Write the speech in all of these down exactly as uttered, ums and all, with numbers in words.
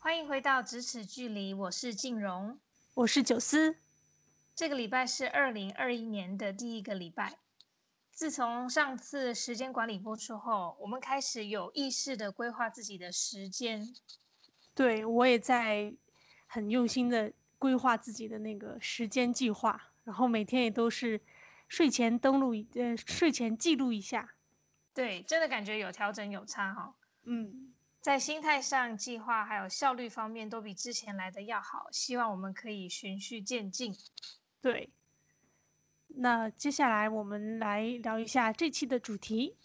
欢迎回到咫尺距离，我是静蓉， 我是九思。 这个礼拜是二零二一年的第一个礼拜。自从上次时间管理播出后，我们开始有意识的规划自己的时间。 对，我也在很用心的规划自己的那个时间计划，然后每天也都是睡前登录一呃睡前记录一下。 对，真的感觉有调整有差哈、哦。 嗯， 在心态上、计划还有效率方面都比之前来的要好，希望我们可以循序渐进。 对。那接下来我们来聊一下这期的主题。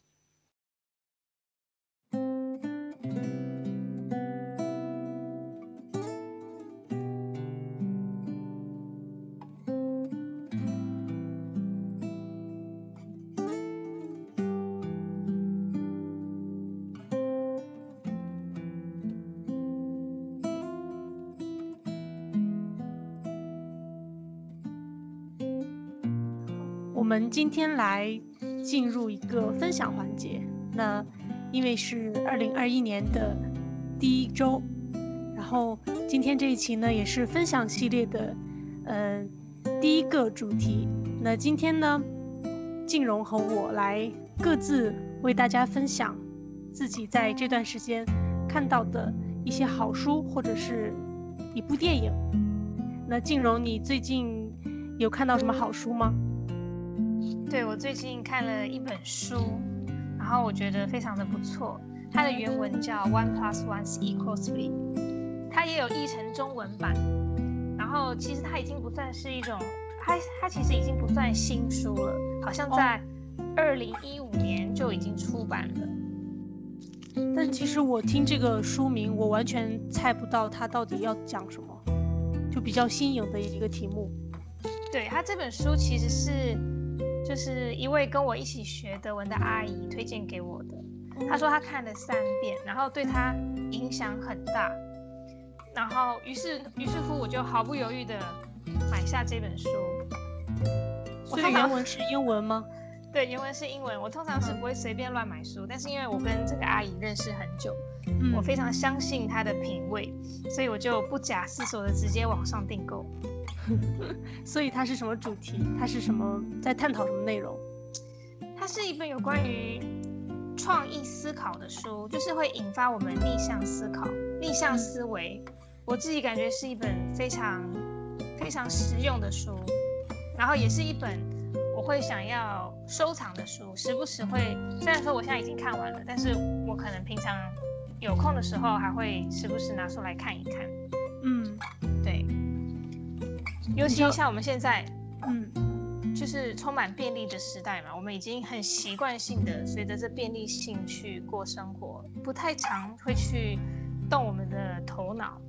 我们今天来进入一个分享环节。那因为是二零二一年的第一周，然后今天这一期呢也是分享系列的呃第一个主题。那今天呢，静蓉和我来各自为大家分享自己在这段时间看到的一些好书或者是一部电影。那静蓉，你最近有看到什么好书吗？ 对，我最近看了一本书，然后我觉得非常的不错。它的原文叫 One Plus One Equals Three， 它也有译成中文版。然后其实它已经不算是一种，它它其实已经不算新书了，好像在二零一五年就已经出版了。 但其实我听这个书名，我完全猜不到它到底要讲什么，就比较新颖的一个题目。 对，它这本书其实是。就是一位跟我一起学德文的阿姨推荐给我的，她说她看了三遍，然后对她影响很大，然后于是于是乎我就毫不犹豫的买下这本书。 所以原文是英文吗？ 对，原文是英文。我通常是不会随便乱买书，但是因为我跟这个阿姨认识很久，嗯、我非常相信她的品味，所以我就不假思索的直接网上订购。 所以它是什么主题？它是什么在探讨什么内容？ 它是一本有关于创意思考的书，就是会引发我们逆向思考、逆向思维。我自己感觉是一本非常非常实用的书，然后也是一本我会想要收藏的书，时不时会，虽然说我现在已经看完了，但是我可能平常有空的时候还会时不时拿出来看一看。嗯，对。尤其像我们现在，嗯，就是充满便利的时代嘛，我们已经很习惯性的随着这便利性去过生活，不太常会去动我们的头脑。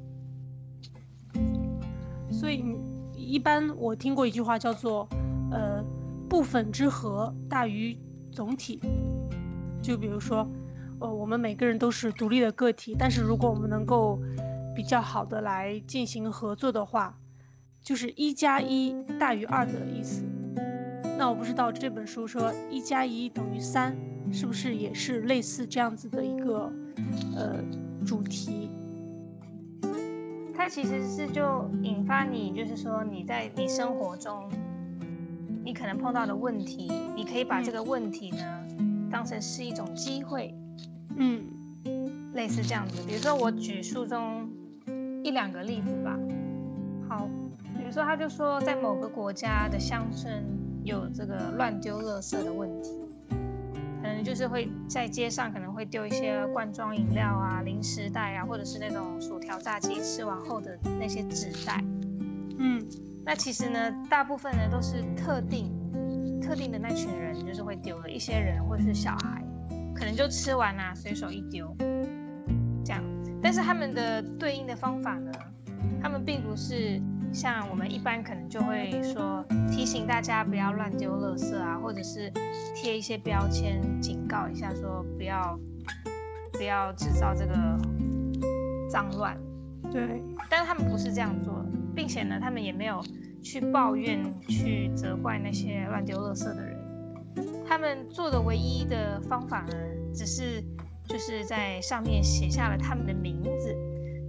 所以一般我听过一句话叫做，呃，部分之和大于总体。就比如说，呃，我们每个人都是独立的个体，但是如果我们能够比较好的来进行合作的话，就是一加一大于二的意思。那我不知道这本书说一加一等于三，是不是也是类似这样子的一个呃主题？ 它其实是就引发你，就是说你在你生活中，你可能碰到的问题，你可以把这个问题呢、嗯、当成是一种机会，嗯，类似这样子。比如说我举书中一两个例子吧。好。比如说他就说在某个国家的乡村有这个乱丢垃圾的问题，可能就是会在街上可能会丢一些罐装饮料啊、零食袋啊，或者是那种薯条炸鸡吃完后的那些纸袋。嗯，那其实呢大部分呢都是特定特定的那群人就是会丢的，一些人或者是小孩可能就吃完啊随手一丢这样，但是他们的对应的方法呢，他们并不是像我们一般可能就会说提醒大家不要乱丢垃圾啊，或者是贴一些标签警告一下说不要不要制造这个脏乱。 对， 但是他们不是这样做的，并且呢他们也没有去抱怨去责怪那些乱丢垃圾的人，他们做的唯一的方法呢只是就是在上面写下了他们的名字，比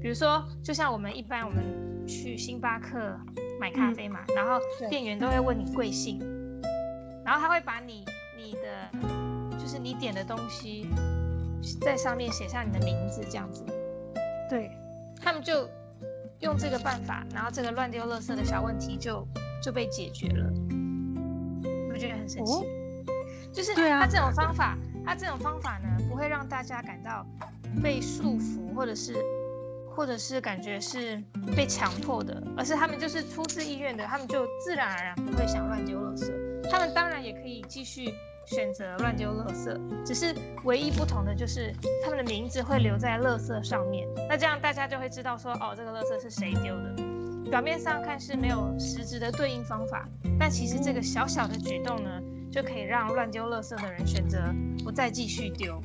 如说，就像我们一般我们去星巴克买咖啡嘛，嗯、然后店员都会问你贵姓，然后他会把你你的就是你点的东西在上面写下你的名字这样子。 对， 他们就用这个办法，然后这个乱丢垃圾的小问题就就被解决了。我觉得很神奇，哦、就是他这种方法，他这种方法呢，不会让大家感到被束缚，或者是或者是感觉是被强迫的，而是他们就是出自意愿的，他们就自然而然不会想乱丢垃圾。他们当然也可以继续选择乱丢垃圾，只是唯一不同的就是他们的名字会留在垃圾上面。那这样大家就会知道说，哦，这个垃圾是谁丢的。表面上看是没有实质的对应方法，但其实这个小小的举动呢，就可以让乱丢垃圾的人选择不再继续丢。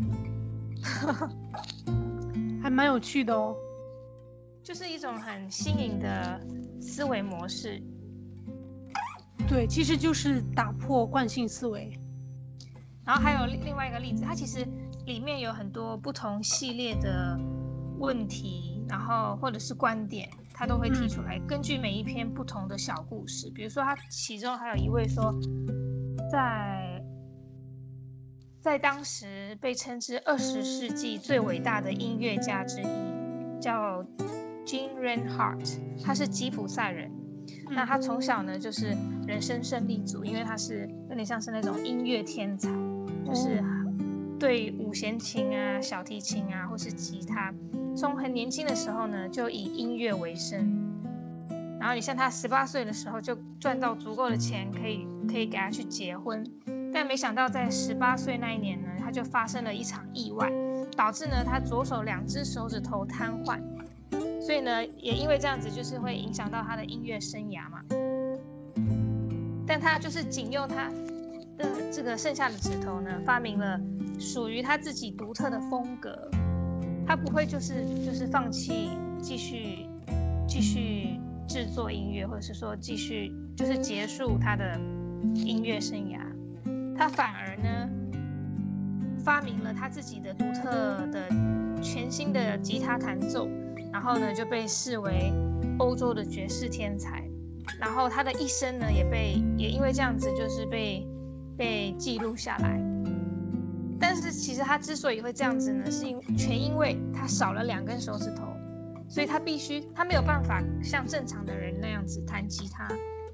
还蛮有趣的哦， 就是一种很新颖的思维模式。 对，其实就是打破惯性思维。 然后还有另外一个例子，它其实里面有很多不同系列的问题，然后或者是观点，它都会提出来，根据每一篇不同的小故事。比如说，它其中还有一位说，在在当时被称之二十世纪最伟大的音乐家之一，叫 Gene Reinhardt， 他是吉普赛人。那他从小呢就是人生胜利组，因为他是有点像是那种音乐天才，就是对五弦琴啊、小提琴啊或是吉他，从很年轻的时候呢就以音乐为生。然后你像他十八岁的时候就赚到足够的钱，可以可以给他去结婚，但没想到在十八岁那一年呢，他就发生了一场意外，导致呢他左手两只手指头瘫痪。所以呢，也因为这样子，就是会影响到他的音乐生涯嘛。但他就是仅用他的这个剩下的指头呢，发明了属于他自己独特的风格。他不会就是就是放弃继续继续制作音乐，或者是说继续就是结束他的音乐生涯。他反而呢，发明了他自己的独特的全新的吉他弹奏。然后呢，就被视为欧洲的爵士天才。然后他的一生呢，也被也因为这样子，就是被被记录下来。但是其实他之所以会这样子呢，是因全因为他少了两根手指头，所以他必须他没有办法像正常的人那样子弹吉他。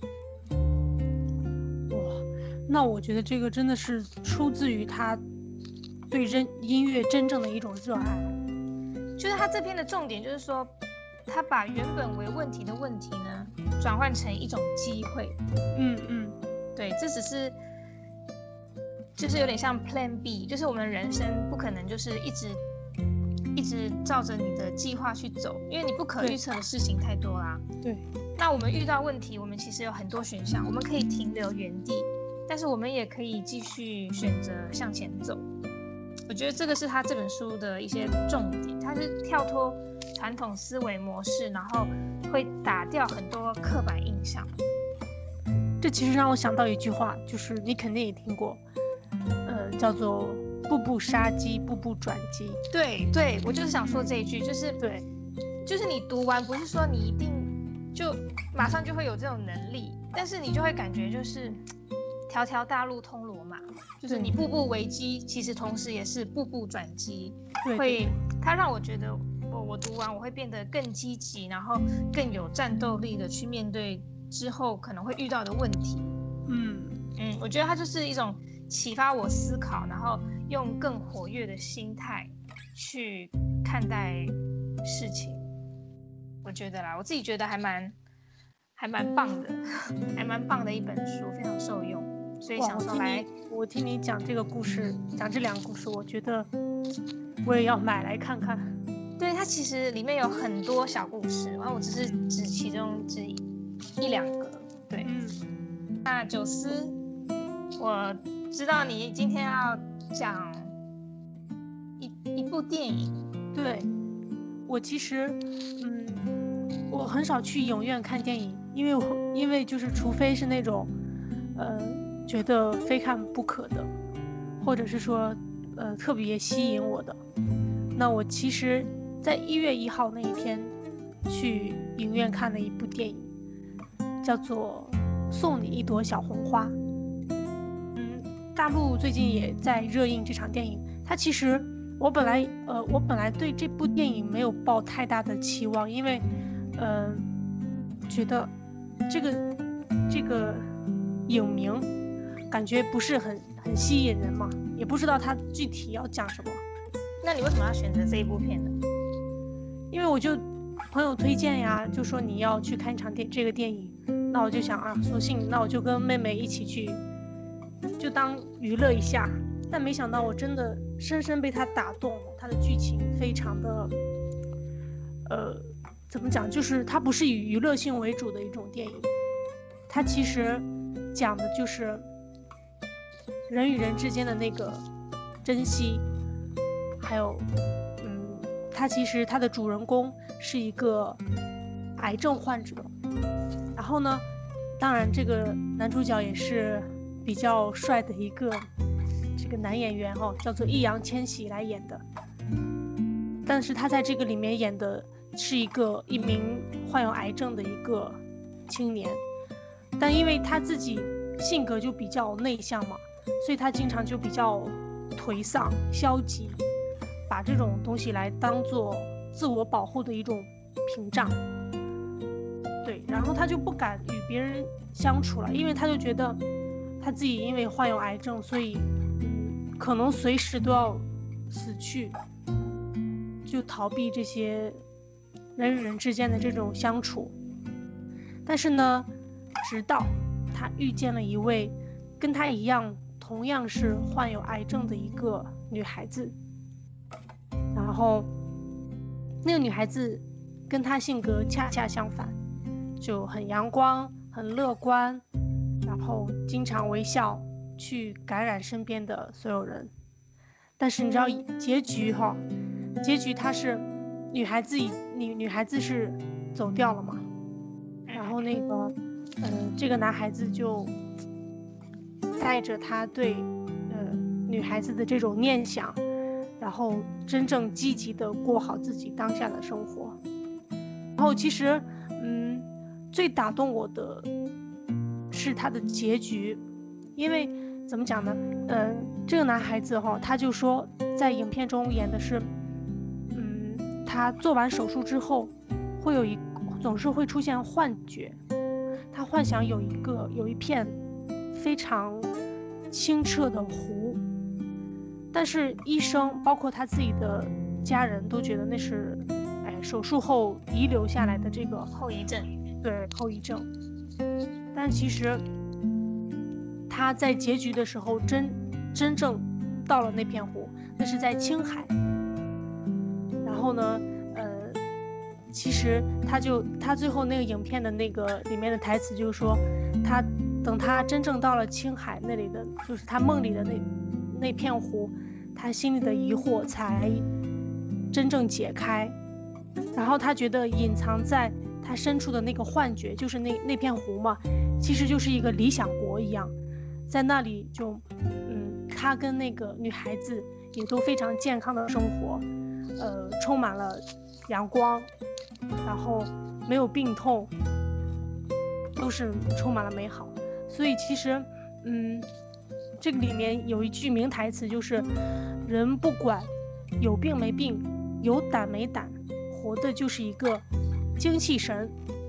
哇，那我觉得这个真的是出自于他对音乐真正的一种热爱。 就是他这篇的重点就是说，他把原本为问题的问题呢，转换成一种机会。 嗯嗯， 对，这只是就是有点像 Plan B， 就是我们人生不可能就是一直一直照着你的计划去走，因为你不可预测的事情太多啦。 对。 那我们遇到问题，我们其实有很多选项，我们可以停留原地，但是我们也可以继续选择向前走。我觉得这个是他这本书的一些重点，他是跳脱传统思维模式，然后会打掉很多刻板印象。 这其实让我想到一句话，就是你肯定也听过，呃，叫做“步步杀鸡，步步转机”。 对对，我就是想说这一句，就是对， 就是你读完不是说你一定就马上就会有这种能力，但是你就会感觉就是条条大路通罗马。就是你步步为机，其实同时也是步步转机。 对， 会，它让我觉得我我读完我会变得更积极，然后更有战斗力的去面对之后可能会遇到的问题。 嗯嗯，我觉得它就是一种启发我思考，然后用更活跃的心态去看待事情。我觉得啦，我自己觉得还蛮还蛮棒的，还蛮棒的一本书，非常受用。所以想说来， 我听你讲这个故事，讲这两个故事，我觉得我也要买来看看。 对，它其实里面有很多小故事，然后我只是指其中之一一两个。对， 嗯。 那九思，我知道你今天要讲一一部电影。 对，我其实，嗯，我很少去影院看电影，因为我因为就是除非是那种，呃。觉得非看不可的，或者是说，呃，特别吸引我的。那我其实，在一月一号那一天， 去影院看了一部电影，叫做《送你一朵小红花》。嗯，大陆最近也在热映这场电影。它其实我本来呃我本来对这部电影没有抱太大的期望，因为呃觉得这个这个影名感觉不是很很吸引人嘛，也不知道它具体要讲什么。 那你为什么要选择这一部片呢？ 因为我就朋友推荐呀，就说你要去看一场电这个电影，那我就想啊，索性那我就跟妹妹一起去，就当娱乐一下。但没想到我真的深深被它打动，它的剧情非常的，呃，怎么讲，就是它不是以娱乐性为主的一种电影，它其实讲的就是人与人之间的那个珍惜，还有，嗯，它其实它的主人公是一个癌症患者，然后呢，当然这个男主角也是比较帅的一个这个男演员哦，叫做易烊千玺来演的，但是他在这个里面演的是一个一名患有癌症的一个青年，但因为他自己性格就比较内向嘛，所以他经常就比较颓丧消极，把这种东西来当做自我保护的一种屏障。对，然后他就不敢与别人相处了，因为他就觉得他自己因为患有癌症，所以嗯，可能随时都要死去，就逃避这些人与人之间的这种相处。但是呢，直到他遇见了一位跟他一样同样是患有癌症的一个女孩子，然后那个女孩子跟他性格恰恰相反，就很阳光很乐观，然后经常微笑去感染身边的所有人。但是你知道结局哈，结局她是女孩子女女孩子是走掉了嘛，然后那个呃这个男孩子就带着他对呃女孩子的这种念想，然后真正积极的过好自己当下的生活。然后其实嗯最打动我的是他的结局，因为怎么讲呢，呃这个男孩子哈，他就说在影片中演的是嗯他做完手术之后会有一总是会出现幻觉，他幻想有一个有一片非常清澈的湖，但是医生包括他自己的家人都觉得那是哎手术后遗留下来的这个后遗症。 对，后遗症。但其实他在结局的时候真真正到了那片湖，那是在青海。然后呢呃其实他就他最后那个影片的那个里面的台词就是说，他等他真正到了青海那里的，就是他梦里的那那片湖，他心里的疑惑才真正解开。然后他觉得隐藏在他深处的那个幻觉，就是那那片湖嘛，其实就是一个理想国一样，在那里就嗯他跟那个女孩子也都非常健康的生活，呃充满了阳光，然后没有病痛，都是充满了美好。所以其实嗯这个里面有一句名台词，就是人不管有病没病，有胆没胆，活的就是一个精气神。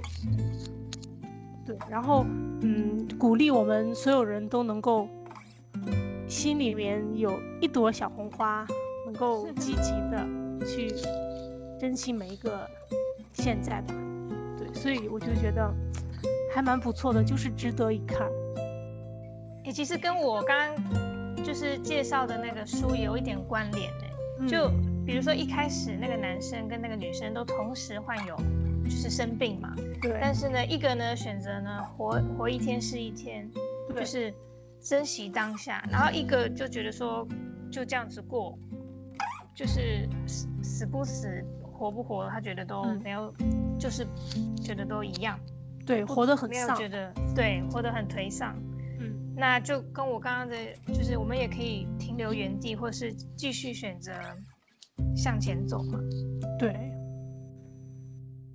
对，然后嗯鼓励我们所有人都能够心里面有一朵小红花，能够积极的去珍惜每一个现在吧。对，所以我就觉得还蛮不错的，就是值得一看。 欸、其实跟我刚刚就是介绍的那个书也有一点关联呢、欸。就比如说一开始那个男生跟那个女生都同时患有就是生病嘛， 对。 但是呢，一个呢选择呢活活一天是一天，就是珍惜当下，然后一个就觉得说就这样子过，就是死死不死活不活，他觉得都没有，嗯、就是觉得都一样。 对，活得很丧， 没有觉得对，活得很颓丧。嗯，那就跟我刚刚的，就是我们也可以停留原地，或是继续选择向前走嘛。 对。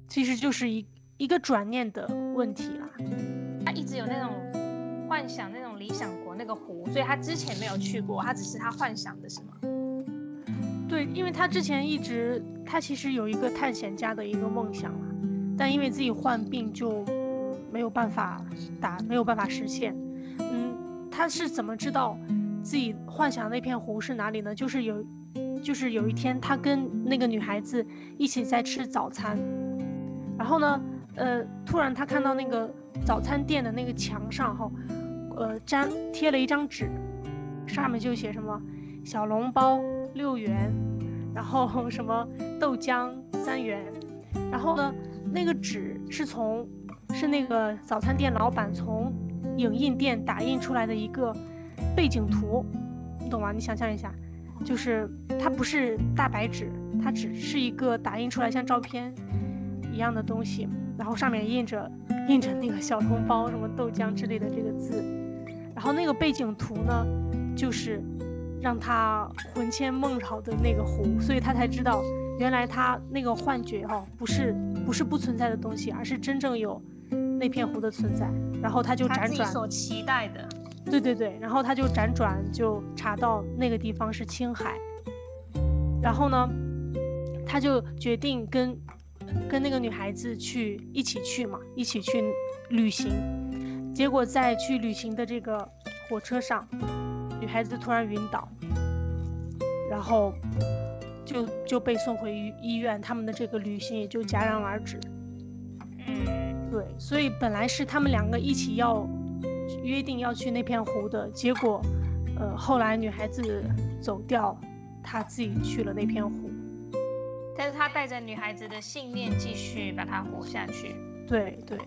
其实就是一一个转念的问题啦。 他一直有那种幻想那种理想国那个湖，所以他之前没有去过，他只是他幻想的是吗？ 对，因为他之前一直他其实有一个探险家的一个梦想啦，但因为自己患病就没有办法达没有办法实现。嗯，他是怎么知道自己幻想那片湖是哪里呢？就是有就是有一天他跟那个女孩子一起在吃早餐，然后呢呃突然他看到那个早餐店的那个墙上哈呃粘贴了一张纸，上面就写什么小笼包六元，然后什么豆浆三元，然后呢那个纸是从是那个早餐店老板从影印店打印出来的一个背景图，你懂吗？你想象一下，就是它不是大白纸，它只是一个打印出来像照片一样的东西，然后上面印着印着那个小笼包什么豆浆之类的这个字，然后那个背景图呢就是让他魂牵梦绕的那个湖，所以他才知道原来他那个幻觉哈、哦、不是不是不存在的东西，而是真正有那片湖的存在。然后他就辗转，他自己所期待的， 对对对，然后他就辗转就查到那个地方是青海，然后呢他就决定跟跟那个女孩子去一起去嘛，一起去旅行。结果在去旅行的这个火车上，女孩子突然晕倒，然后就就被送回医院，他们的这个旅行也就戛然而止。 嗯， 对，所以本来是他们两个一起要约定要去那片湖的，结果呃后来女孩子走掉，她自己去了那片湖， 但是他带着女孩子的信念继续把它活下去。 对对，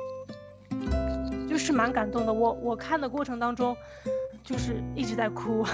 就是蛮感动的。我我看的过程当中就是一直在哭。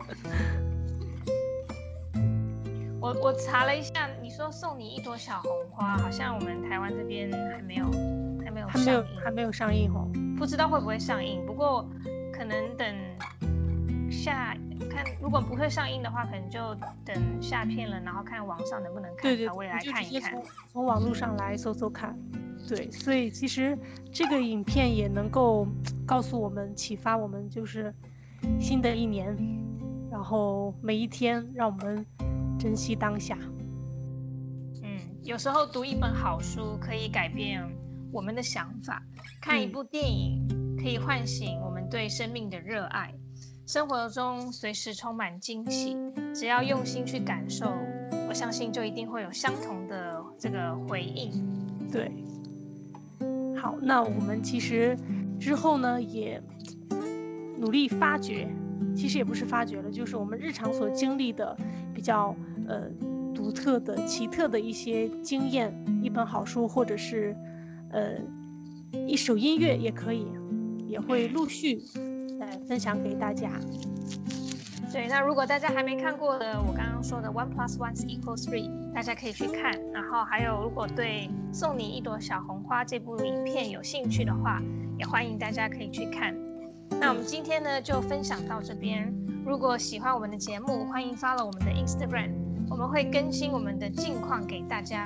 我我查了一下，你说送你一朵小红花，好像我们台湾这边还没有还没有上映， 还没有上映哦， 不知道会不会上映。不过可能等下看，如果不会上映的话，可能就等下片了，然后看网上能不能看， 对对， 我也来看一看。 从, 从网络上来搜搜看。对，所以其实这个影片也能够告诉我们，启发我们，就是新的一年，然后每一天让我们珍惜当下。 嗯，有时候读一本好书可以改变我们的想法，看一部电影可以唤醒我们对生命的热爱。生活中随时充满惊喜，只要用心去感受，我相信就一定会有相同的这个回应。 对，好，那我们其实之后呢也努力发掘，其实也不是发掘了，就是我们日常所经历的比较呃独特的奇特的一些经验，一本好书或者是呃一首音乐也可以，也会陆续来分享给大家。 对，那如果大家还没看过的我刚刚说的 One Plus One Equals Three， 大家可以去看。然后还有，如果对送你一朵小红花这部影片有兴趣的话，也欢迎大家可以去看。那我们今天呢就分享到这边。如果喜欢我们的节目，欢迎 follow 我们的 Instagram， 我们会更新我们的近况给大家。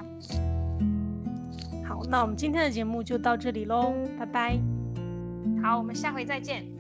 好，那我们今天的节目就到这里咯，拜拜。 好，我们下回再见。